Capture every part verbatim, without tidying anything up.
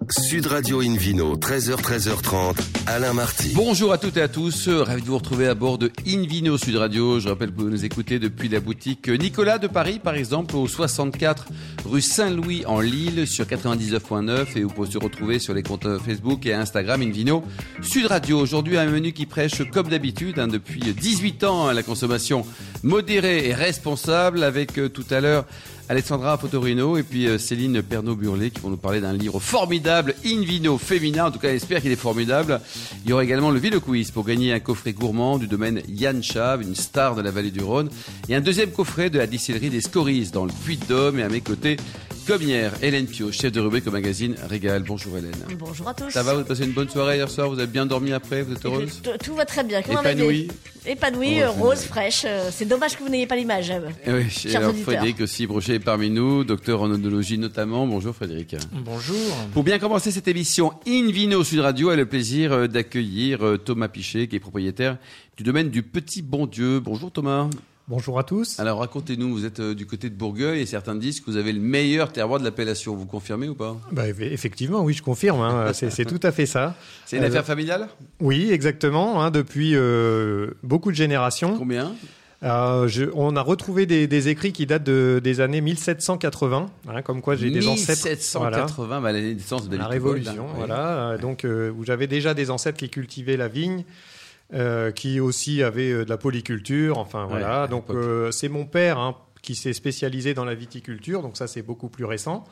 Sud Radio Invino, treize heures, treize heures trente, Alain Marty. Bonjour à toutes et à tous, ravi de vous retrouver à bord de Invino Sud Radio. Je rappelle que vous nous écoutez depuis la boutique Nicolas de Paris, par exemple, au soixante-quatre rue Saint-Louis en Lille, sur quatre-vingt-dix-neuf virgule neuf, et vous pouvez se retrouver sur les comptes Facebook et Instagram Invino Sud Radio. Aujourd'hui, un menu qui prêche, comme d'habitude, hein, depuis dix-huit ans, hein, la consommation modérée et responsable, avec euh, tout à l'heure Alessandra Fotorino et puis euh, Céline Pernaut-Burlet qui vont nous parler d'un livre formidable, Invino Féminin. En tout cas, j'espère qu'il est formidable. Il y aura également le Vino Quiz pour gagner un coffret gourmand du domaine Yann Chaves, une star de la vallée du Rhône. Et un deuxième coffret de la distillerie des Scories dans le Puy-de-Dôme. Et à mes côtés, comme hier, Hélène Pio, chef de rubrique au magazine Régal. Bonjour Hélène. Bonjour à tous. Ça va, vous avez passé une bonne soirée hier soir? Vous avez bien dormi après? Vous êtes heureuse? Tout, tout va très bien. Épanouie? Épanouie, oh, rose, fraîche. C'est dommage que vous n'ayez pas l'image. Oui, alors Frédéric aussi Brochet est parmi nous, docteur en oenologie notamment. Bonjour Frédéric. Bonjour. Pour bien commencer cette émission, Invino Sud Radio a le plaisir d'accueillir Thomas Pichet, qui est propriétaire du domaine du Petit Bon Dieu. Bonjour Thomas. Bonjour à tous. Alors racontez-nous, vous êtes du côté de Bourgueil et certains disent que vous avez le meilleur terroir de l'appellation. Vous confirmez ou pas? Bah, effectivement, oui, je confirme. Hein. c'est, c'est tout à fait ça. C'est une euh, affaire familiale? Oui, exactement. Hein, depuis euh, beaucoup de générations. Combien? Euh, je, on a retrouvé des, des écrits qui datent de, des années mille sept cent quatre-vingts, hein, comme quoi j'ai des ancêtres. mille sept cent quatre-vingts, voilà. Bah, l'année de naissance de la Révolution, hein, voilà. Oui. Donc, euh, où j'avais déjà des ancêtres qui cultivaient la vigne. Euh, qui aussi avait euh, de la polyculture, enfin voilà. Ouais, donc euh, c'est mon père hein, qui s'est spécialisé dans la viticulture, donc ça c'est beaucoup plus récent.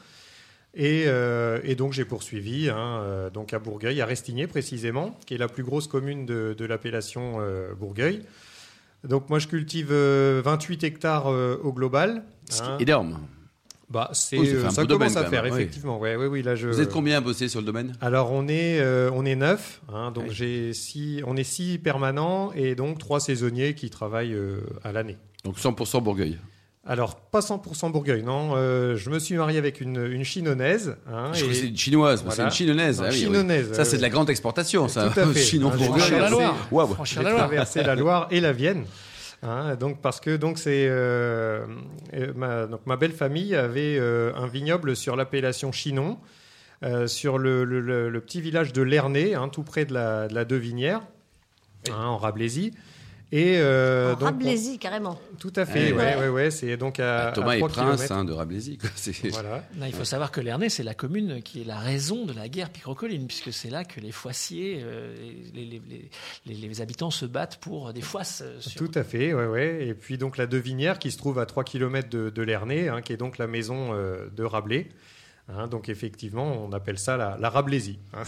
Et, euh, et donc j'ai poursuivi hein, euh, donc à Bourgueil, à Restigné précisément, qui est la plus grosse commune de, de l'appellation euh, Bourgueil. Donc moi je cultive euh, vingt-huit hectares euh, au global. C'est hein. énorme. Bah, c'est, oh, ça, ça commence à faire, effectivement. Oui. Ouais, ouais, oui, là, je... Vous êtes combien à bosser sur le domaine? Alors, on est, euh, on est neuf. Hein, donc, oui. j'ai six, on est six permanents et donc trois saisonniers qui travaillent euh, à l'année. Donc, cent pour cent Bourgueil? Alors, pas cent pour cent Bourgueil, non. Euh, je me suis marié avec une, une chinonaise. Hein, je et... crois que c'est une chinoise, voilà. C'est une chinonaise. Non, ah, oui, chinonaise oui. Ça, c'est de la grande exportation, ça. Tout à fait. Chinon-Bourgueil. Franchir la Loire. Wow. Franchir la Loire. J'ai traversé la Loire et la Vienne. Hein, donc parce que donc c'est euh, ma, donc ma belle famille avait euh, un vignoble sur l'appellation Chinon, euh, sur le, le, le, le petit village de Lernay, hein, tout près de la, de la Devinière, hein, en Rablésie. Et euh, en donc, Rablésie, on... carrément. Tout à fait, ouais, ouais, ouais, ouais. C'est donc à, bah, Thomas à est prince hein, de Rablésie. Quoi. C'est... Voilà. Non, il faut savoir que Lernay, c'est la commune qui est la raison de la guerre picrocoline, puisque c'est là que les foissiers, euh, les, les, les, les, les habitants se battent pour des foisses. Sur... Tout à fait, ouais, ouais. Et puis donc la Devinière qui se trouve à trois kilomètres de, de Lernay, hein, qui est donc la maison euh, de Rabelais. Hein, donc effectivement, on appelle ça la, la Rablésie. Hein.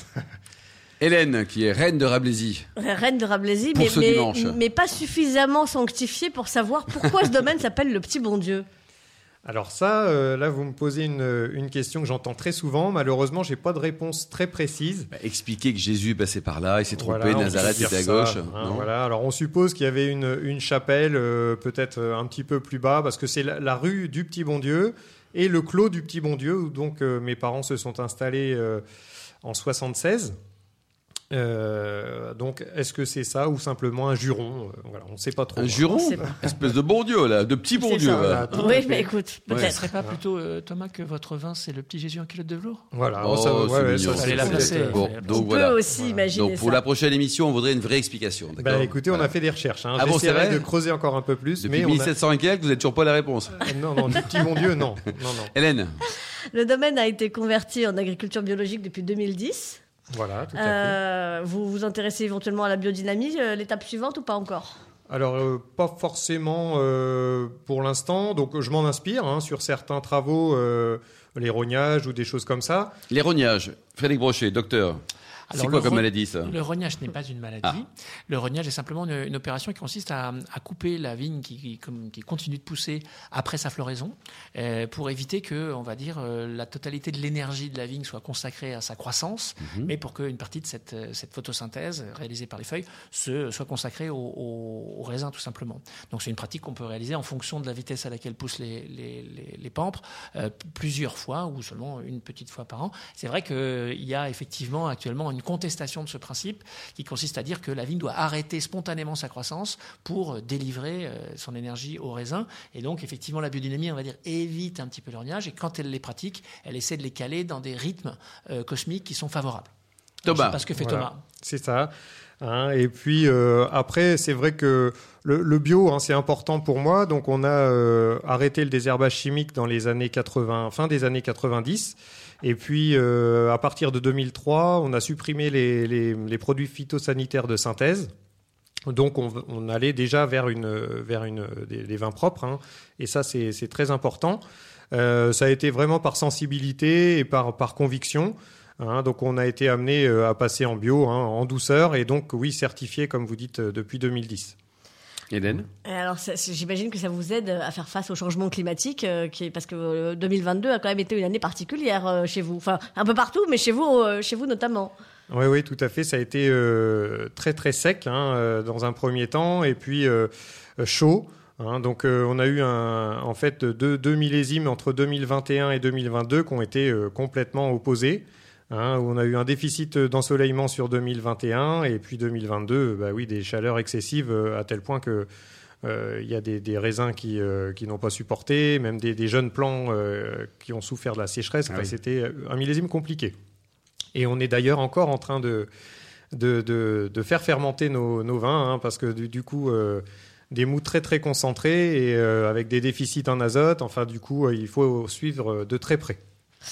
Hélène, qui est reine de Rablésie. Reine de Rablésie, mais, mais, mais pas suffisamment sanctifiée pour savoir pourquoi ce domaine s'appelle le Petit Bon Dieu. Alors ça, euh, là, vous me posez une, une question que j'entends très souvent. Malheureusement, j'ai pas de réponse très précise. Bah, expliquez que Jésus est passé par là, il s'est trompé, voilà, Nazareth était à gauche. Hein, non voilà. Alors on suppose qu'il y avait une, une chapelle, euh, peut-être un petit peu plus bas, parce que c'est la, la rue du Petit Bon Dieu et le clos du Petit Bon Dieu, où donc euh, mes parents se sont installés euh, en soixante-seize. Euh, donc, est-ce que c'est ça ou simplement un juron? euh, Voilà, on ne sait pas trop. Un juron, espèce de bon Dieu là, de petit bon c'est Dieu. Voilà, oui, mais écoute, peut-être. Ouais. Ce serait pas plutôt euh, Thomas que votre vin c'est le petit Jésus en culotte de velours? Voilà, oh, ça, ouais, ouais, ça, allez la placer. Bon, donc on voilà. peut aussi voilà. imaginer donc, pour ça. la prochaine émission, on voudrait une vraie explication. D'accord bah, écoutez, voilà. on a fait des recherches. Hein. Ah bon, J'essaierai de creuser encore un peu plus. Depuis mais mille sept cents on a... et quelques, vous n'êtes toujours pas la réponse. non, non, du Petit Bon Dieu, non. non, non. Hélène. Le domaine a été converti en agriculture biologique depuis deux mille dix. Voilà, tout à euh, fait. Vous vous intéressez éventuellement à la biodynamie, euh, l'étape suivante ou pas encore? Alors, euh, pas forcément euh, pour l'instant. Donc, je m'en inspire hein, sur certains travaux, euh, les rognages ou des choses comme ça. Les rognages. Frédéric Brochet, docteur. Alors, c'est quoi comme ro- maladie, ça? Le rognage n'est pas une maladie. Ah. Le rognage est simplement une, une opération qui consiste à, à couper la vigne qui, qui, qui continue de pousser après sa floraison euh, pour éviter que, on va dire, euh, la totalité de l'énergie de la vigne soit consacrée à sa croissance, mm-hmm. mais pour qu'une partie de cette, cette photosynthèse réalisée par les feuilles se, soit consacrée au, au, au raisin, tout simplement. Donc, c'est une pratique qu'on peut réaliser en fonction de la vitesse à laquelle poussent les, les, les, les pampres, euh, plusieurs fois ou seulement une petite fois par an. C'est vrai qu'il y a effectivement actuellement une une contestation de ce principe qui consiste à dire que la vigne doit arrêter spontanément sa croissance pour délivrer son énergie au raisin. Et donc, effectivement, la biodynamie, on va dire, évite un petit peu l'orniage. Et quand elle les pratique, elle essaie de les caler dans des rythmes euh, cosmiques qui sont favorables. Thomas. C'est ce que fait Voilà. Thomas. C'est ça. Hein, et puis euh, après, c'est vrai que le, le bio, hein, c'est important pour moi. Donc, on a euh, arrêté le désherbage chimique dans les années quatre-vingts, fin des années quatre-vingt-dix. Et puis, euh, à partir de deux mille trois, on a supprimé les, les, les produits phytosanitaires de synthèse. Donc, on, on allait déjà vers une, vers une des, des vins propres. Hein, et ça, c'est, c'est très important. Euh, ça a été vraiment par sensibilité et par, par conviction. Hein, donc on a été amené à passer en bio, hein, en douceur, et donc oui, certifié, comme vous dites, depuis deux mille dix. Hélène ? Alors, ça, j'imagine que ça vous aide à faire face au changement climatique, euh, qui est, parce que deux mille vingt-deux a quand même été une année particulière euh, chez vous. Enfin, un peu partout, mais chez vous, euh, chez vous notamment. Oui, oui, tout à fait. Ça a été euh, très, très sec, hein, euh, dans un premier temps, et puis euh, chaud. Hein, donc euh, on a eu un, en fait deux, deux millésimes entre deux mille vingt et un et deux mille vingt-deux qui ont été euh, complètement opposés. Hein, où on a eu un déficit d'ensoleillement sur deux mille vingt et un et puis deux mille vingt-deux, bah oui, des chaleurs excessives à tel point que euh, il y a des, des raisins qui, euh, qui n'ont pas supporté, même des, des jeunes plants euh, qui ont souffert de la sécheresse. Enfin, ah oui. C'était un millésime compliqué. Et on est d'ailleurs encore en train de, de, de, de faire fermenter nos, nos vins, hein, parce que du, du coup, euh, des mous très très concentrés et euh, avec des déficits en azote. Enfin, du coup, il faut suivre de très près.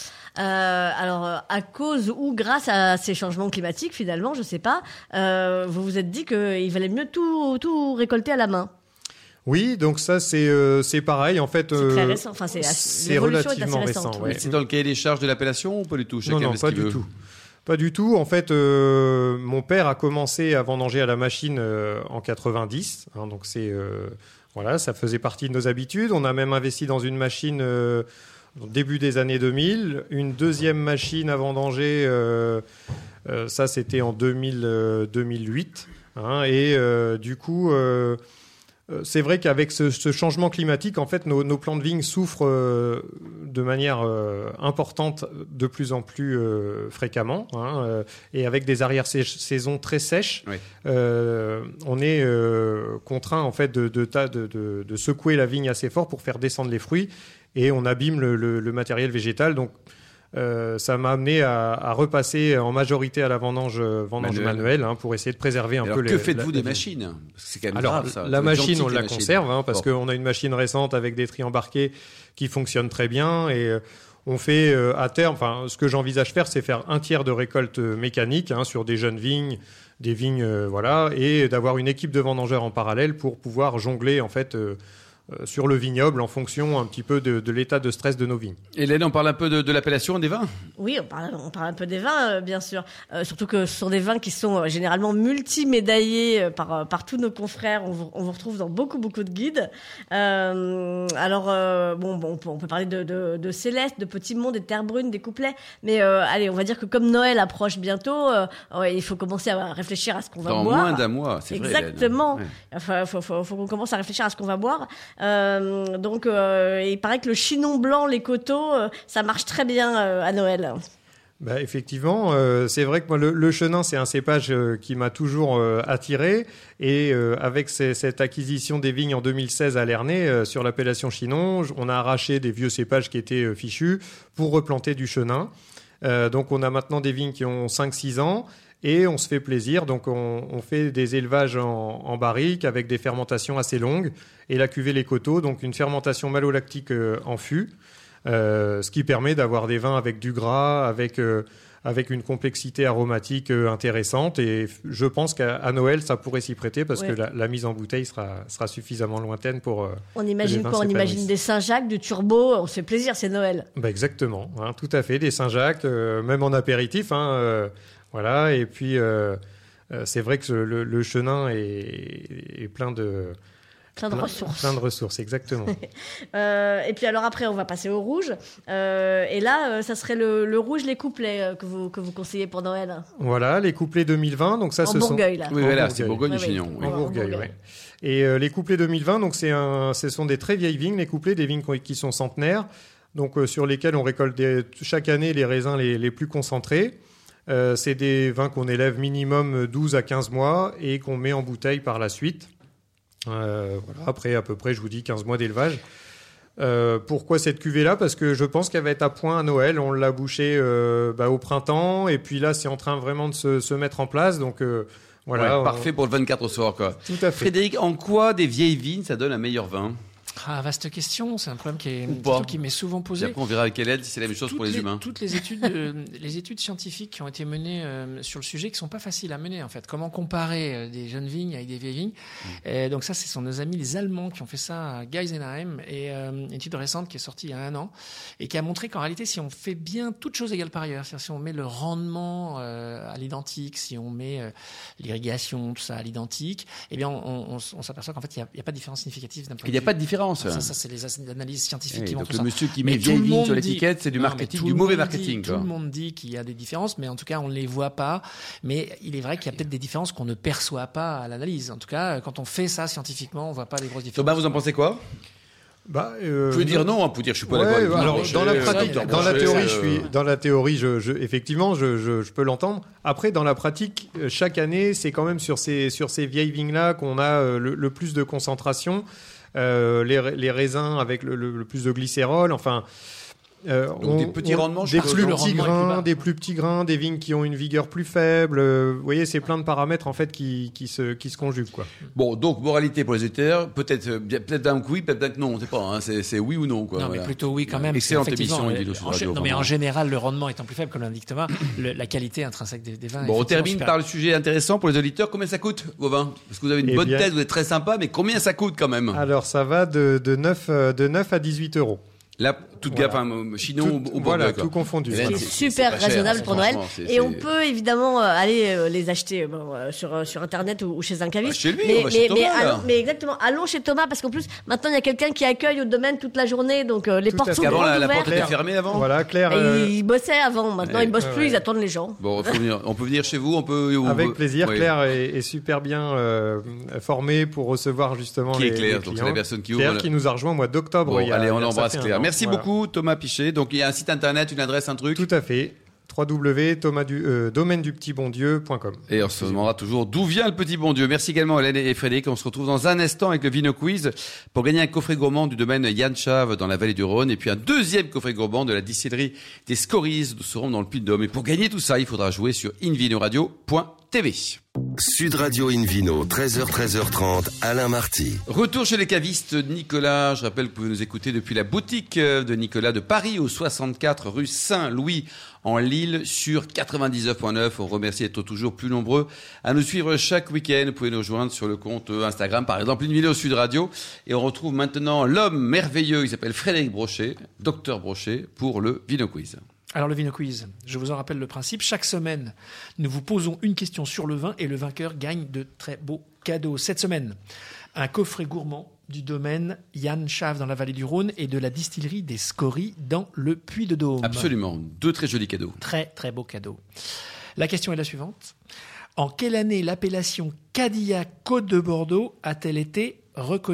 Euh, alors, à cause ou grâce à ces changements climatiques, finalement, je ne sais pas, euh, vous vous êtes dit qu'il valait mieux tout, tout récolter à la main. Oui, donc ça, c'est, euh, c'est pareil. En fait, c'est très récent. Enfin, c'est, c'est relativement est assez récent. Ouais. C'est dans le cahier des charges de l'appellation ou pas du tout ? Non, non, pas du veut. tout. Pas du tout. En fait, euh, mon père a commencé à vendanger à la machine euh, en quatre-vingt-dix. Hein, donc, c'est, euh, voilà, ça faisait partie de nos habitudes. On a même investi dans une machine... Euh, début des années deux mille, une deuxième machine à vendanger, euh, euh, ça c'était en deux mille, euh, deux mille huit. Hein, et euh, du coup, euh, c'est vrai qu'avec ce, ce changement climatique, en fait, nos, nos plants de vigne souffrent euh, de manière euh, importante de plus en plus euh, fréquemment. Hein, euh, et avec des arrière-saisons très sèches, oui. euh, on est euh, contraint en fait de, de, de, de, de secouer la vigne assez fort pour faire descendre les fruits. Et on abîme le, le, le matériel végétal. Donc, euh, ça m'a amené à, à repasser en majorité à la vendange, vendange manuelle, manuelle hein, pour essayer de préserver un alors peu les... Que faites-vous la, des machines ? C'est quand même alors, grave, ça. La machine, on la machines. conserve hein, parce bon. qu'on a une machine récente avec des tris embarqués qui fonctionnent très bien. Et euh, on fait euh, à terme, enfin, ce que j'envisage faire, c'est faire un tiers de récolte mécanique hein, sur des jeunes vignes, des vignes, euh, voilà, et d'avoir une équipe de vendangeurs en parallèle pour pouvoir jongler, en fait, euh, sur le vignoble en fonction un petit peu de, de l'état de stress de nos vignes. Hélène, on parle un peu de, de l'appellation des vins ? Oui, on parle, on parle un peu des vins, euh, bien sûr. Euh, surtout que ce sont des vins qui sont euh, généralement multi-médaillés euh, par, par tous nos confrères. On vous, on vous retrouve dans beaucoup, beaucoup de guides. Euh, alors, euh, bon, bon on, peut, on peut parler de, de, de Céleste, de Petit Monde, des Terres Brunes, des Couplets. Mais euh, allez, on va dire que comme Noël approche bientôt, euh, ouais, il faut commencer à réfléchir à ce qu'on va dans boire. Dans moins d'un mois, c'est Exactement. vrai. Exactement. Ouais. Enfin, faut, faut, faut qu'on commence à réfléchir à ce qu'on va boire. Euh, donc, euh, il paraît que le chinon blanc, les coteaux, euh, ça marche très bien euh, à Noël. Bah, effectivement, euh, c'est vrai que moi, le, le chenin, c'est un cépage euh, qui m'a toujours euh, attiré. Et euh, avec ces, cette acquisition des vignes en deux mille seize à Lernay, euh, sur l'appellation Chinon, on a arraché des vieux cépages qui étaient euh, fichus pour replanter du chenin. Euh, donc, on a maintenant des vignes qui ont cinq six ans. Et on se fait plaisir, donc on, on fait des élevages en, en barrique avec des fermentations assez longues et la cuvée Les Coteaux, donc une fermentation malolactique euh, en fût, euh, ce qui permet d'avoir des vins avec du gras, avec, euh, avec une complexité aromatique euh, intéressante. Et je pense qu'à à Noël, ça pourrait s'y prêter parce ouais. que la, la mise en bouteille sera, sera suffisamment lointaine pour... Euh, on imagine quoi ? On imagine des Saint-Jacques, du Turbo, on se fait plaisir, c'est Noël. Bah exactement, hein, tout à fait, des Saint-Jacques, euh, même en apéritif, hein, euh, voilà, et puis euh, euh, c'est vrai que le, le chenin est, est plein de... Plein de plein, ressources. Plein de ressources, exactement. euh, et puis alors après, on va passer au rouge. Euh, et là, euh, ça serait le, le rouge, les couplets euh, que, vous, que vous conseillez pour Noël. Voilà, les couplets deux mille vingt. Donc ça, en ce Bourgueil, sont... là. Oui, voilà, c'est Bourgogne-Chignon. Oui, oui. En Bourgueil, oui. Et euh, les couplets deux mille vingt, donc c'est un, ce sont des très vieilles vignes, les couplets, des vignes qui sont centenaires, donc euh, sur lesquelles on récolte des, chaque année les raisins les, les plus concentrés. Euh, c'est des vins qu'on élève minimum douze à quinze mois et qu'on met en bouteille par la suite. Euh, voilà, après, à peu près, je vous dis quinze mois d'élevage. Euh, pourquoi cette cuvée-là ? Parce que je pense qu'elle va être à point à Noël. On l'a bouchée euh, bah, au printemps. Et puis là, c'est en train vraiment de se, se mettre en place. Donc euh, voilà. Ouais, on... Parfait pour le vingt-quatre au soir, quoi. Tout à fait. Frédéric, en quoi des vieilles vignes, ça donne un meilleur vin ? Ah, vaste question, c'est un problème qui, est, Ou pas. qui m'est souvent Et posé. après, on verra avec Hélène si c'est la même chose Toutes pour les, les humains. Toutes les études, euh, les études scientifiques qui ont été menées euh, sur le sujet, qui sont pas faciles à mener en fait. Comment comparer euh, des jeunes vignes avec des vieilles vignes Mmh. Et donc ça, ce sont nos amis les Allemands qui ont fait ça à Geisenheim, et euh, une étude récente qui est sortie il y a un an et qui a montré qu'en réalité, si on fait bien toutes choses égales par ailleurs, c'est-à-dire si on met le rendement euh, à l'identique, si on met euh, l'irrigation, tout ça à l'identique, eh bien, on, on, on s'aperçoit qu'en fait, il n'y a, a pas de différence significative d'un point Il de n'y a vue. pas de différence. Ça, ça c'est les analyses scientifiques Oui, qui donc montrent le ça. monsieur qui Mais met tout vieille le vigne monde sur dit- l'étiquette, c'est du Non, mais marketing, tout du le mauvais monde dit- marketing. Tout quoi. le monde dit qu'il y a des différences, mais en tout cas, on ne les voit pas. Mais il est vrai qu'il y a peut-être des différences qu'on ne perçoit pas à l'analyse. En tout cas, quand on fait ça scientifiquement, on ne voit pas les grosses différences. Thomas, vous en pensez quoi ? Bah, euh, Vous pouvez dire non, hein, pour dire je suis pas Ouais, d'accord avec vous. alors Brochet, dans la euh, pratique, Docteur dans la Brochet, théorie, euh, je suis dans la théorie, je, je effectivement, je, je, je peux l'entendre. Après, dans la pratique, euh, chaque année, c'est quand même sur ces sur ces vieilles vignes là qu'on a euh, le, le plus de concentration, euh, les, ra- les raisins avec le, le, le plus de glycérol, enfin. Euh, Donc des petits rendements, je des suppose, plus le petits rendement est plus grains, bas. des plus petits grains, des vignes qui ont une vigueur plus faible. euh, vous voyez, c'est plein de paramètres en fait qui qui se qui se conjuguent quoi. Bon, donc moralité pour les auditeurs, peut-être euh, bien- peut-être un que oui, peut-être un que non, on sait pas. Hein, c'est, c'est oui ou non quoi. Non, voilà. mais plutôt oui quand même. Excellente Effectivement, émission, euh, Une Ville au Sud en, Radio, non, mais vraiment. en général, le rendement étant plus faible, comme l'indique Thomas, le- la qualité intrinsèque des, des vins. est Bon, on effectivement termine super. par le sujet intéressant pour les auditeurs. Combien ça coûte vos vins ? Parce que vous avez une Eh bonne bien- tête, vous êtes très sympa, mais combien ça coûte quand même ? Alors ça va de de neuf euh, de neuf à dix-huit euros. Là, toute Voilà. gaffe, hein, chinon Tout- au, au Bordeaux, voilà, quoi. tout confondu. Hélène, Qui est c'est- c'est super pas cher, raisonnable pour Noël. franchement, c'est- Et on c'est- peut évidemment euh, aller euh, les acheter euh, bon, euh, sur, euh, sur Internet ou, ou chez un caviste. Ah, chez lui, mais, on va chez mais, Thomas, mais, là. allons- mais exactement, allons chez Thomas parce qu'en plus, maintenant, il y a quelqu'un qui accueille au domaine toute la journée, donc euh, les Tout portes à sont fait. Avant, grandes la, la porte ouvertes. était fermée avant. Voilà, Claire. Et euh, ils bossaient avant, maintenant Ouais. ils bossent Ouais, plus, ouais. ils attendent les gens. Bon, faut venir- on peut venir chez vous, on peut. on Avec peut- plaisir, oui. Claire est, est super bien euh, formée pour recevoir justement Qui les, est Claire, les donc c'est clients. la personne qui ouvre. Claire le- qui nous a rejoint au mois d'octobre. Bon, il y a- allez, on il y a- ça l'embrasse fait un Claire. an. Merci Voilà. beaucoup Thomas Pichet. Donc il y a un site internet, une adresse, un truc. Tout à fait. w w w point thomas du euh, domaine du petit bon dieu point com. Et on se demandera toujours d'où vient le petit bon Dieu. Merci également Hélène et Frédéric. On se retrouve dans un instant avec le Vino Quiz pour gagner un coffret gourmand du domaine Yann Chave dans la vallée du Rhône et puis un deuxième coffret gourmand de la distillerie des Scories de Sauron dans le Puy-de-Dôme. Et pour gagner tout ça, il faudra jouer sur invinoradio point t v. Sud Radio Invino, treize heures, treize heures trente, Alain Marty. Retour chez les cavistes Nicolas. Je rappelle que vous pouvez nous écouter depuis la boutique de Nicolas de Paris au soixante-quatre rue Saint-Louis en Lille sur quatre-vingt-dix-neuf point neuf. On remercie d'être toujours plus nombreux à nous suivre chaque week-end. Vous pouvez nous rejoindre sur le compte Instagram, par exemple, une vidéo Sud Radio. Et on retrouve maintenant l'homme merveilleux, il s'appelle Frédéric Brochet, docteur Brochet, pour le Vino Quiz. Alors le Vino Quiz, je vous en rappelle le principe. Chaque semaine, nous vous posons une question sur le vin et le vainqueur gagne de très beaux cadeaux. Cette semaine, un coffret gourmand du domaine Yann Chave dans la vallée du Rhône et de la distillerie des Scories dans le Puy-de-Dôme. Absolument, deux très jolis cadeaux. Très très beaux cadeaux. La question est la suivante. En quelle année l'appellation Cadillac Côte de Bordeaux a-t-elle été reconnue ?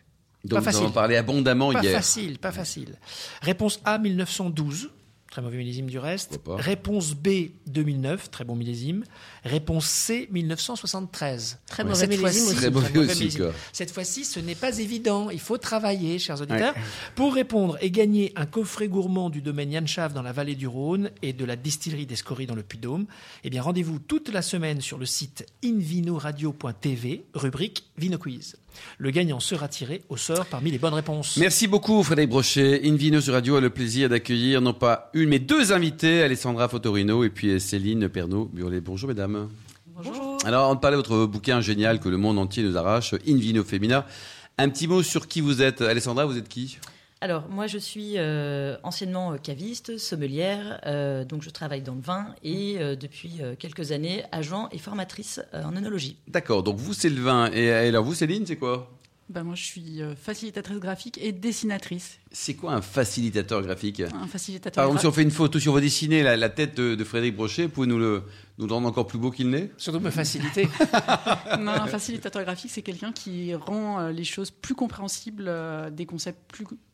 Donc Pas nous en facile. parlé abondamment Pas hier. facile, pas facile. Réponse A, mille neuf cent douze. Très mauvais millésime du reste. Pourquoi pas. Réponse B, deux mille neuf. Très bon millésime. Réponse C, mille neuf cent soixante-treize. Très Ouais, mauvais cette millésime fois-ci- aussi. Très mauvais aussi, millésime. quoi. Cette fois-ci, ce n'est pas évident. Il faut travailler, chers auditeurs. Pour répondre et gagner un coffret gourmand du domaine Yann Chave dans la vallée du Rhône et de la distillerie des Scories dans le Puy-de-Dôme, eh bien, rendez-vous toute la semaine sur le site invinoradio point t v, rubrique Vino Quiz. Le gagnant sera tiré au sort parmi les bonnes réponses. Merci beaucoup Frédéric Brochet. Invino sur Radio a le plaisir d'accueillir non pas une mais deux invités, Alessandra Fotorino et puis Céline Pernaud-Burlet. Bonjour mesdames. Bonjour. Alors on te parlait de votre bouquin génial que le monde entier nous arrache, Invino Femina. Un petit mot sur qui vous êtes. Alessandra, vous êtes qui ? Alors, moi, je suis euh, anciennement caviste, sommelière, euh, donc je travaille dans le vin et euh, depuis euh, quelques années, agent et formatrice euh, en œnologie. D'accord, donc vous c'est le vin. Et, et alors vous Céline, c'est quoi ? Ben moi, je suis euh, facilitatrice graphique et dessinatrice. C'est quoi un facilitateur graphique ? Un facilitateur Par exemple, si on graphique. fait une photo, si on veut dessiner la, la tête de, de Frédéric Brochet, pouvez nous le, nous le rendre encore plus beau qu'il n'est ? Surtout me faciliter. Non, un facilitateur graphique, c'est quelqu'un qui rend euh, les choses plus compréhensibles, euh, des concepts plus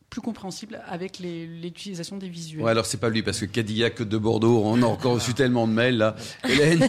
plus compréhensible avec les, l'utilisation des visuels. Ouais, alors c'est pas lui, parce que Cadillac de Bordeaux, on a encore reçu tellement de mails, là. Hélène.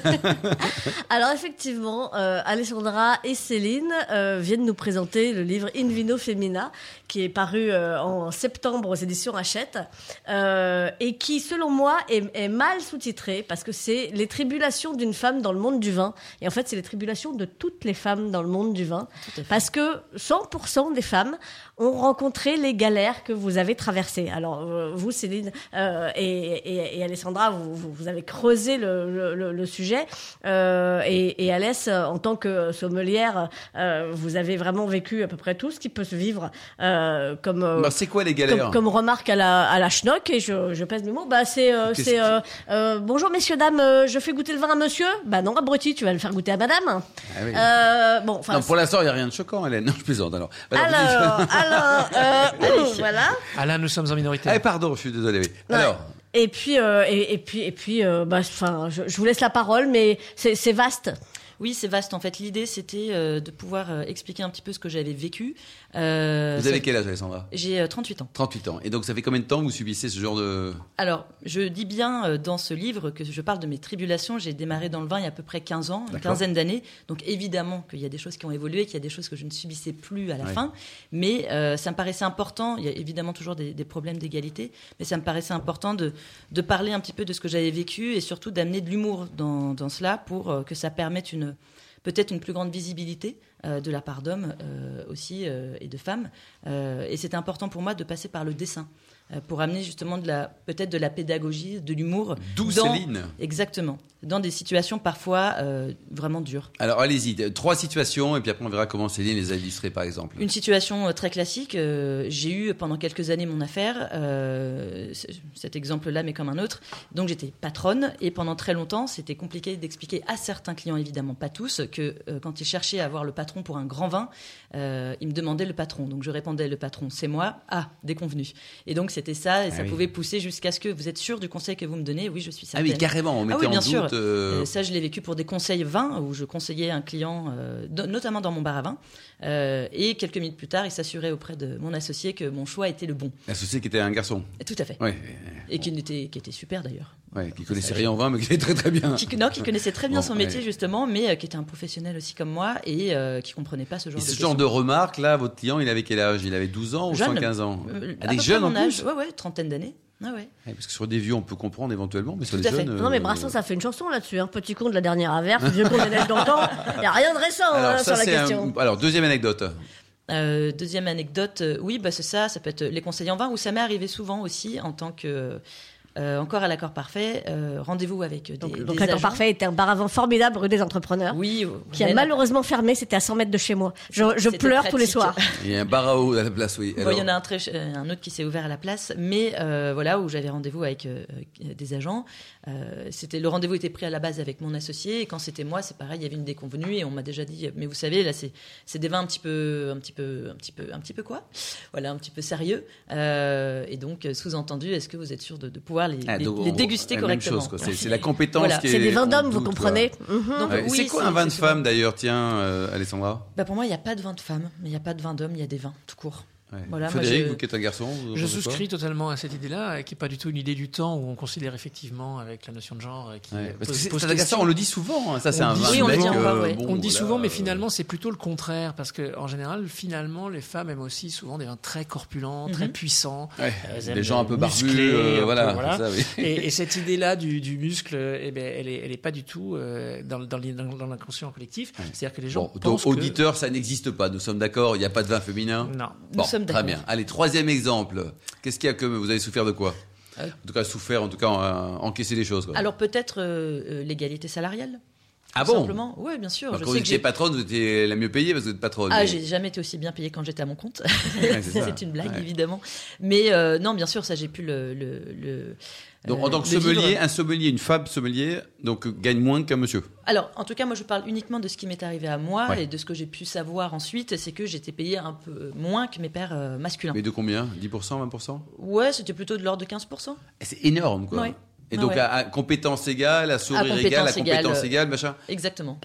Alors effectivement, euh, Alessandra et Céline euh, viennent nous présenter le livre In Vino Femina, qui est paru euh, en septembre aux éditions Hachette, euh, et qui, selon moi, est, est mal sous-titré, parce que c'est les tribulations d'une femme dans le monde du vin. Et en fait, c'est les tribulations de toutes les femmes dans le monde du vin. Parce que cent pour cent des femmes ont rencontré les galères que vous avez traversées. Alors, euh, vous, Céline euh, et, et, et Alessandra, vous, vous, vous avez creusé le, le, le sujet. Euh, et, et Alès, en tant que sommelière, euh, vous avez vraiment vécu à peu près tout ce qui peut se vivre euh, comme, euh, bah, c'est quoi les galères comme, comme remarque à la, à la schnock, et je, je pèse mes mots. Bah, c'est, euh, c'est euh, euh, bonjour messieurs, dames, euh, je fais goûter le vin à monsieur. Bah non, abruti, tu vas le faire goûter à madame. Ah oui. euh, bon, non, pour l'instant, il n'y a rien de choquant, Hélène. Non, je plaisante alors. Alors, alors, alors euh, voilà. Alain, nous sommes en minorité. Ah, pardon, je suis désolé. Oui. Ouais. Alors. Et puis, euh, et, et puis, et puis, euh, bah, enfin, je, je vous laisse la parole, mais c'est, c'est vaste. Oui, c'est vaste. En fait, l'idée, c'était euh, de pouvoir euh, expliquer un petit peu ce que j'avais vécu. Euh, vous avez ça... quel âge, Alessandra ? J'ai euh, trente-huit ans. trente-huit ans. Et donc, ça fait combien de temps que vous subissez ce genre de... Alors, je dis bien euh, dans ce livre que je parle de mes tribulations. J'ai démarré dans le vin il y a à peu près quinze ans, une D'accord. quinzaine d'années. Donc, évidemment qu'il y a des choses qui ont évolué, qu'il y a des choses que je ne subissais plus à la Ouais. fin. Mais euh, ça me paraissait important. Il y a évidemment toujours des, des problèmes d'égalité. Mais ça me paraissait important de, de parler un petit peu de ce que j'avais vécu et surtout d'amener de l'humour dans, dans cela pour euh, que ça permette une... peut-être une plus grande visibilité euh, de la part d'hommes euh, aussi euh, et de femmes. Euh, et c'était important pour moi de passer par le dessin euh, pour amener justement de la, peut-être de la pédagogie, de l'humour. D'où dans, Céline. Exactement. Dans des situations parfois euh, vraiment dures. Alors, allez-y. Trois situations, et puis après, on verra comment Céline les a illustrées, par exemple. Une situation euh, très classique. Euh, j'ai eu pendant quelques années mon affaire. Euh, cet exemple-là, mais comme un autre. Donc, j'étais patronne. Et pendant très longtemps, c'était compliqué d'expliquer à certains clients, évidemment pas tous, que euh, quand ils cherchaient à avoir le patron pour un grand vin, euh, ils me demandaient le patron. Donc, je répondais, le patron, c'est moi. Ah, déconvenu. Et donc, c'était ça. Et ah ça oui. pouvait pousser jusqu'à ce que vous êtes sûr du conseil que vous me donnez. Oui, je suis certaine. Ah oui, carrément. On mettait ah oui, bien en sûr. doute... Euh... Euh, ça, je l'ai vécu pour des conseils vins où je conseillais un client, euh, do- notamment dans mon bar à vin. Euh, et quelques minutes plus tard, il s'assurait auprès de mon associé que mon choix était le bon. L'associé qui était un garçon. Et tout à fait. Ouais. Et qui était, qui était super d'ailleurs. Ouais, qui connaissait rien en vin, mais qui était très très bien. Qui, non, qui connaissait très bien Bon, son métier ouais. justement, mais euh, qui était un professionnel aussi comme moi et euh, qui comprenait pas ce genre Et de ce questions. genre de remarques, là, votre client, il avait quel âge ? Il avait douze ans ou Jeune. cent quinze ans Euh, ah, à des peu jeunes près en mon plus âge. Ouais, ouais, trentaine d'années. Ah ouais. Ouais, parce que sur des vieux, on peut comprendre éventuellement, mais sur Tout les à fait. jeunes... Non, mais euh, Brassens, ça fait une chanson là-dessus. Hein. Petit con de la dernière averse, vieux con des neiges d'antan. Il n'y a rien de récent Alors, hein, ça, sur la c'est un- question. Alors, deuxième anecdote. Euh, deuxième anecdote, euh, oui, bah c'est ça, ça peut être les conseils en vin, où ça m'est arrivé souvent aussi en tant que, euh, encore à l'accord parfait, euh, rendez-vous avec des, Donc, des donc l'accord agents. parfait était un bar à vin formidable rue des Entrepreneurs. Oui, Qui a mais- malheureusement fermé, c'était à cent mètres de chez moi. Je, je C'était pleure tous les pratique. soirs. Il y a un bar à eau à la place, oui. Bon, Alors, il y en a un, très, euh, un autre qui s'est ouvert à la place, mais euh, voilà, où j'avais rendez-vous avec euh, des agents. Euh, c'était, le rendez-vous était pris à la base avec mon associé, et quand c'était moi, c'est pareil, il y avait une déconvenue, et on m'a déjà dit, mais vous savez, là, c'est, c'est des vins un petit peu, un petit peu, un petit peu, un petit peu quoi Voilà, un petit peu sérieux. Euh, et donc, sous-entendu, est-ce que vous êtes sûr de, de pouvoir les, ah, les, donc, les on- déguster la correctement Même chose, quoi. C'est, c'est la compétence Voilà. qui est... C'est des vins en d'hommes, vous doute, comprenez. quoi. Mhm. Donc, Ouais. oui, c'est quoi un vin de souvent- femme, d'ailleurs, tiens, euh, Alessandra Bah, pour moi, il n'y a pas de vin de femme, mais il n'y a pas de vin d'homme, il y a des vins, tout court. Ouais. Voilà, moi, Frédéric, je- vous qui êtes un garçon, vous Je pensez quoi souscris totalement à cette idée-là, qui n'est pas du tout une idée du temps où on considère effectivement avec la notion de genre euh, qui Ouais, parce pose, que c'est, pose c'est un garçon, question. on le dit souvent, hein, ça c'est On un dit vin Oui, de on le mec, dit encore, ouais. bon, On dit voilà, souvent, mais euh, finalement, c'est plutôt le contraire, parce que en général, finalement, les femmes aiment aussi souvent des vins très corpulents, très Mhm. puissants. Ouais, Elles aiment des gens un peu musclés, barbus, euh, un peu, voilà, voilà. ça, oui. Et, et cette idée-là du, du muscle, eh ben, elle est, elle est pas du tout euh, dans, dans, les- dans, dans l'inconscient collectif. C'est-à-dire que les gens Bon, pensent donc, que... auditeur, ça n'existe pas, nous sommes d'accord, il n'y a pas de vin féminin. Non. Nous Bon, sommes très d'accord. bien. Allez, troisième exemple. Qu'est-ce qu'il y a que vous avez souffert de quoi Euh, En tout cas, souffert, en tout cas, euh, encaisser les choses. Quoi. Alors peut-être euh, euh, l'égalité salariale. ah tout bon simplement. Oui, bien sûr. Alors, Je Quand sais vous que étiez j'ai... patronne, vous étiez la mieux payée parce que vous êtes patronne. Ah, mais- j'ai jamais été aussi bien payée quand j'étais à mon compte. Ouais, c'est ça. c'est une blague, Ouais. évidemment. Mais euh, non, bien sûr, ça, j'ai pu le. le, le Donc, euh, en tant que le sommelier, vivre. un sommelier, une femme sommelier, donc euh, gagne moins qu'un monsieur. Alors, en tout cas, moi, je parle uniquement de ce qui m'est arrivé à moi Ouais. et de ce que j'ai pu savoir ensuite. C'est que j'étais payée un peu moins que mes pères euh, masculins. Mais de combien dix pour cent, vingt pour cent Ouais, c'était plutôt de l'ordre de quinze pour cent. Et c'est énorme, quoi. Ouais. Et Ah donc, ouais. à, à compétence égale, à sourire À égal, à compétence égale, compétence euh, égale, machin. Exactement.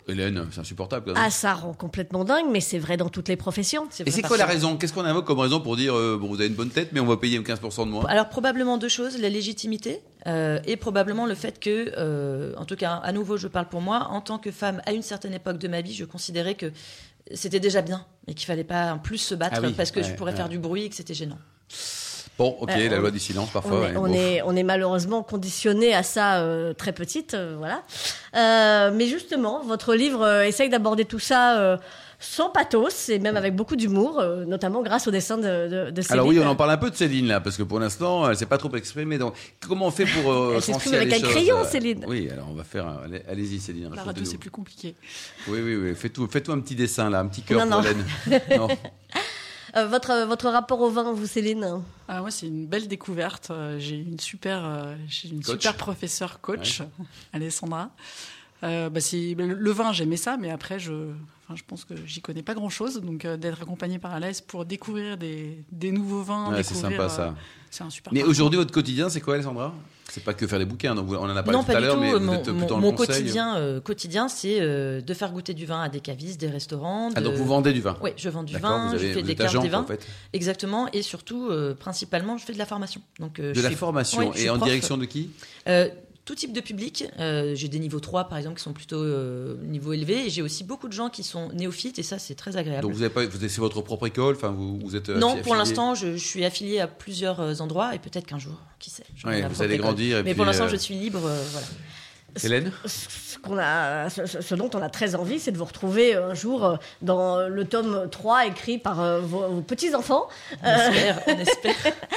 Hélène, c'est insupportable quand même. Ah, ça rend complètement dingue, mais c'est vrai dans toutes les professions. Et c'est quoi la raison? Qu'est-ce qu'on invoque comme raison pour dire euh, bon, vous avez une bonne tête, mais on va payer quinze pour cent de moins? Alors probablement deux choses, la légitimité euh, et probablement le fait que, euh, en tout cas à nouveau je parle pour moi, en tant que femme à une certaine époque de ma vie, je considérais que c'était déjà bien, mais qu'il fallait pas en plus se battre Ah oui, parce que ouais, je pourrais ouais. faire du bruit et que c'était gênant. Bon, ok, Euh, la on- loi du silence parfois. On est, ouais, on, bon. est, on est malheureusement conditionné à ça euh, très petite, euh, voilà. Euh, mais justement, votre livre euh, essaye d'aborder tout ça euh, sans pathos et même avec beaucoup d'humour, euh, notamment grâce au dessin de, de, de Céline. Alors oui, on en parle un peu de Céline là, parce que pour l'instant, elle s'est pas trop exprimée. Donc, comment on fait pour euh, Elle s'exprime transcrire avec les un choses, crayon, euh, Céline. Oui, alors on va faire. un- allez- Allez-y, Céline. La radio, racontez-nous. c'est plus compliqué. Oui, oui, oui. Fais-toi fais un petit dessin là, un petit cœur Non, pour non. Hélène. Non. Euh, votre, votre rapport au vin, vous, Céline? Ah, moi, c'est une belle découverte. Euh, J'ai une super, euh, j'ai une Coach. super professeure coach, Alessandra. Euh, bah, c'est, le le vin, j'aimais ça, mais après, je, enfin, je pense que j'y connais pas grand-chose. Donc, euh, d'être accompagnée par Alès pour découvrir des, des nouveaux vins, Ouais, c'est découvrir, sympa ça. euh, c'est un super. Mais parcours. aujourd'hui, votre quotidien, c'est quoi, Alessandra? C'est pas que faire des bouquins. Donc, on en a parlé Non, tout pas à du l'heure, tout. mais vous Mon, êtes plutôt mon- dans mon le conseil. quotidien, euh, quotidien, c'est euh, de faire goûter du vin à des cavistes, des restaurants. Ah, de- donc vous vendez du vin. Oui, je vends du D'accord, vin, vous avez- je fais vous des êtes cartes agent, des vins. en fait. Exactement, et surtout, euh, principalement, je fais de la formation. Donc, euh, De je la suis- formation. ouais, je Et suis en prof. direction de qui? Euh, tout type de public. Euh, j'ai des niveaux trois, par exemple, qui sont plutôt euh, niveau élevé. Et j'ai aussi beaucoup de gens qui sont néophytes, et ça, c'est très agréable. Donc vous avez pas, vous c'est votre propre école. Enfin, vous, vous êtes. euh, non, affilié- pour l'instant, je, je suis affiliée à plusieurs euh, endroits, et peut-être qu'un jour, qui sait. j'aurai Ouais, ma vous propre allez école. grandir. Et Mais puis, pour l'instant, euh, je suis libre. euh, voilà. Hélène. Ce, qu'on a, ce, ce dont on a très envie, c'est de vous retrouver un jour euh, dans le tome trois écrit par euh, vos, vos petits-enfants. On espère, on espère.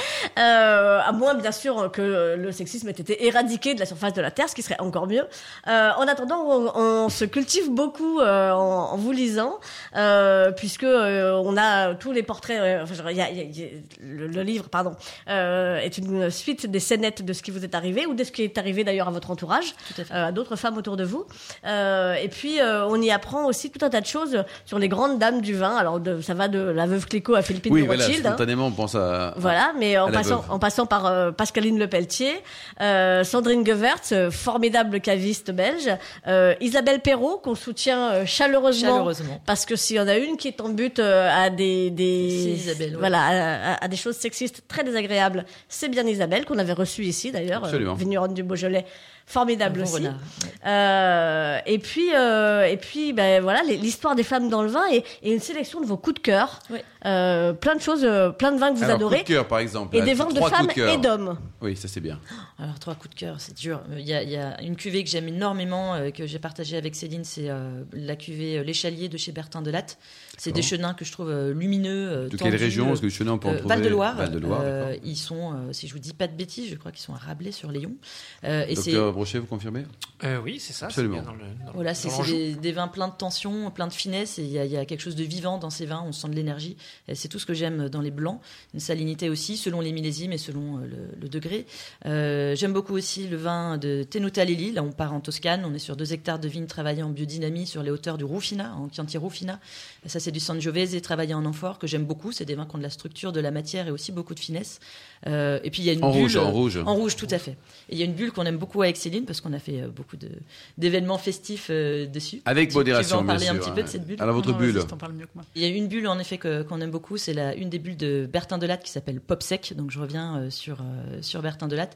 Euh, à moins, bien sûr, que le sexisme ait été éradiqué de la surface de la Terre, ce qui serait encore mieux. Euh, en attendant, on, on se cultive beaucoup euh, en, en vous lisant, euh, puisque euh, on a tous les portraits. Euh, enfin, genre, il y a, il y a- il y a- le, le livre, pardon, euh, est une suite des scénettes de ce qui vous est arrivé ou de ce qui est arrivé d'ailleurs à votre entourage, Tout à fait. euh, à d'autres femmes autour de vous. Euh, et puis, euh, on y apprend aussi tout un tas de choses sur les grandes dames du vin. Alors, de, ça va de la veuve Clicquot à Philippine Oui, de voilà. Rothschild. hein. Spontanément, on pense à. Voilà, mais en à la passant, veuve. en passant par euh, Pascaline Lepelletier, euh, Sandrine Gewertz, euh, formidable caviste belge, euh, Isabelle Perrault, qu'on soutient euh, chaleureusement, Chaleureusement. parce que s'il y en a une qui est en but euh, à des, des C'est Isabelle, ouais. voilà, à, à- à des choses sexistes très désagréables, c'est bien Isabelle qu'on avait reçue ici d'ailleurs, Absolument. euh, vigneronne du Beaujolais. Formidable Un bon aussi. renard, ouais. Euh, et puis, euh, et puis, ben voilà, les- l'histoire des femmes dans le vin et, et une sélection de vos coups de cœur. Ouais. Euh, plein de choses, euh, plein de vins que vous Alors, adorez. coup de cœur, par exemple. Et Là, des vins de trois coups femmes de cœur. et d'hommes. Oui, ça c'est bien. Alors, trois coups de cœur, c'est dur. Il y a, il y a une cuvée que j'aime énormément, euh, que j'ai partagée avec Céline, c'est euh, la cuvée euh, L'Échalier de chez Bertin Delatte. C'est D'accord. des chenins que je trouve euh, lumineux. euh, De quelle tendus, région? euh, Parce que le chenin, on peut en euh, trouver. Val-de-Loire. Val-de-Loire, Euh, d'accord. ils sont, euh, si je vous dis pas de bêtises, je crois qu'ils sont à Rabelais sur Léon. Euh, et c'est Docteur Brochet, vous confirmez? Euh, oui, c'est ça. Absolument. C'est bien dans le, dans- voilà, dans c'est c'est l'Anjou. des, des vins pleins de tension, plein de finesse, et il y, a- il y a quelque chose de vivant dans ces vins. On sent de l'énergie. Et c'est tout ce que j'aime dans les blancs. Une salinité aussi, selon les millésimes et selon euh, le, le degré. Euh, j'aime beaucoup aussi le vin de Tenuta Lelli. Là, on part en Toscane. On est sur deux hectares de vignes travaillées en biodynamie sur les hauteurs du Rufina, en Chianti Rufina. Et ça, c'est du Sangiovese travaillé en amphore que j'aime beaucoup. C'est des vins qui ont de la structure, de la matière et aussi beaucoup de finesse. Euh, et puis il y a une En bulle, rouge, en rouge. En rouge, tout à fait. Et il y a une bulle qu'on aime beaucoup avec Céline parce qu'on a fait euh, beaucoup de d'événements festifs euh, dessus. Avec Tu- modération, Tu veux en parler bien un sûr, petit peu hein. de cette bulle? Alors, votre Non, bulle. vas-y, t'en parles mieux que moi. Il y a une bulle en effet que- qu'on aime beaucoup, c'est la une des bulles de Bertin Delatte qui s'appelle Pop Sec. Donc je reviens euh, sur euh, sur Bertin Delatte.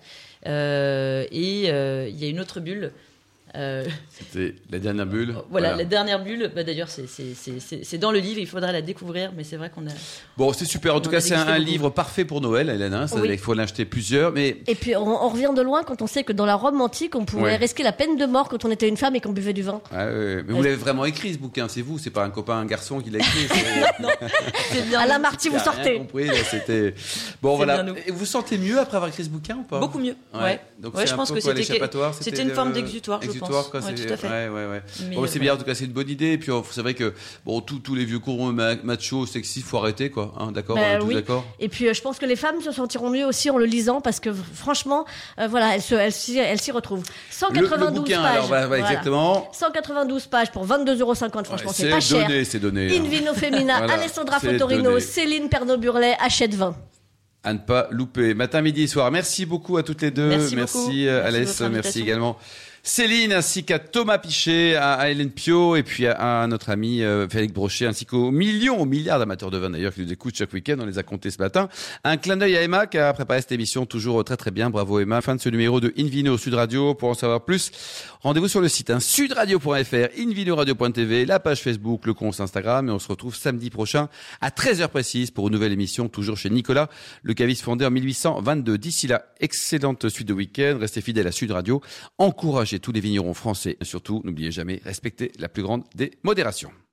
Euh, et euh, il y a une autre bulle. euh, C'était la dernière bulle. voilà, la dernière bulle. Bah, d'ailleurs, c'est c'est- c'est- c'est- c'est dans le livre. Il faudra la découvrir, mais c'est vrai qu'on a. Bon, c'est super. En tout On cas, a c'est un, dégusté un beaucoup. livre parfait pour Noël, Hélène. Hein. Ça, Oui. Il faut en acheter plusieurs. Mais Et puis, on, on revient de loin quand on sait que dans la Rome antique, on pouvait Ouais. risquer la peine de mort quand on était une femme et qu'on buvait du vin. Ah, ouais, mais vous l'avez vraiment écrit ce bouquin, c'est vous, c'est pas un copain, un garçon qui l'a écrit. c'est- C'est bien. Alain Marty, vous J'ai rien sortez. compris, là, c'était. Bon, C'est voilà. bien nous. Et vous sentez mieux après avoir écrit ce bouquin ou pas? Beaucoup mieux. Ouais. Donc Ouais, c'est je un pense peu que quoi, c'était l'échappatoire, c'était une forme le- d'exutoire, je exutoire, pense. quoi, Ouais, c'est- tout à fait. Ouais, ouais, ouais. Mais, Bon, c'est euh, bien, en tout cas, c'est une bonne idée. Et puis, oh, c'est vrai que bon, tous tous les vieux courants ma- machos, sexy, faut arrêter, quoi. Hein, d'accord, Bah on est tous oui. d'accord. Et puis, euh, je pense que les femmes se sentiront mieux aussi en le lisant parce que, franchement, euh, voilà, elles se- elles s'y elles s'y retrouvent. cent Le, le quatre-vingt-douze bouquin, pages. alors, voilà, Voilà. exactement. cent quatre-vingt-douze pages pour vingt-deux euros cinquante. Franchement, Ouais, c'est pas cher. donné, c'est donné. hein. In Vino Femina, Voilà, Alessandra c'est Fotorino, donné. Céline Pernod-Burlet, achète vingt. À ne pas louper. Matin, midi et soir. Merci beaucoup à toutes les deux. Merci beaucoup. euh, Merci de Alès, votre merci invitation. également Céline, ainsi qu'à Thomas Pichet, à Hélène Pio, et puis à, à notre ami euh, Félix Brochet, ainsi qu'aux millions, aux milliards d'amateurs de vin d'ailleurs qui nous écoutent chaque week-end. On les a comptés ce matin. Un clin d'œil à Emma qui a préparé cette émission toujours très très bien. Bravo Emma. Fin de ce numéro de Invino Sud Radio. Pour en savoir plus, rendez-vous sur le site hein, sudradio point f r, invinoradio point t v, la page Facebook, le compte Instagram, et on se retrouve samedi prochain à treize heures précise pour une nouvelle émission, toujours chez Nicolas, le caviste fondé en mille huit cent vingt-deux. D'ici là, excellente suite de week-end. Restez fidèles à Sud Radio. Encouragez tous les vignerons français. Et surtout, n'oubliez jamais, respectez la plus grande des modérations.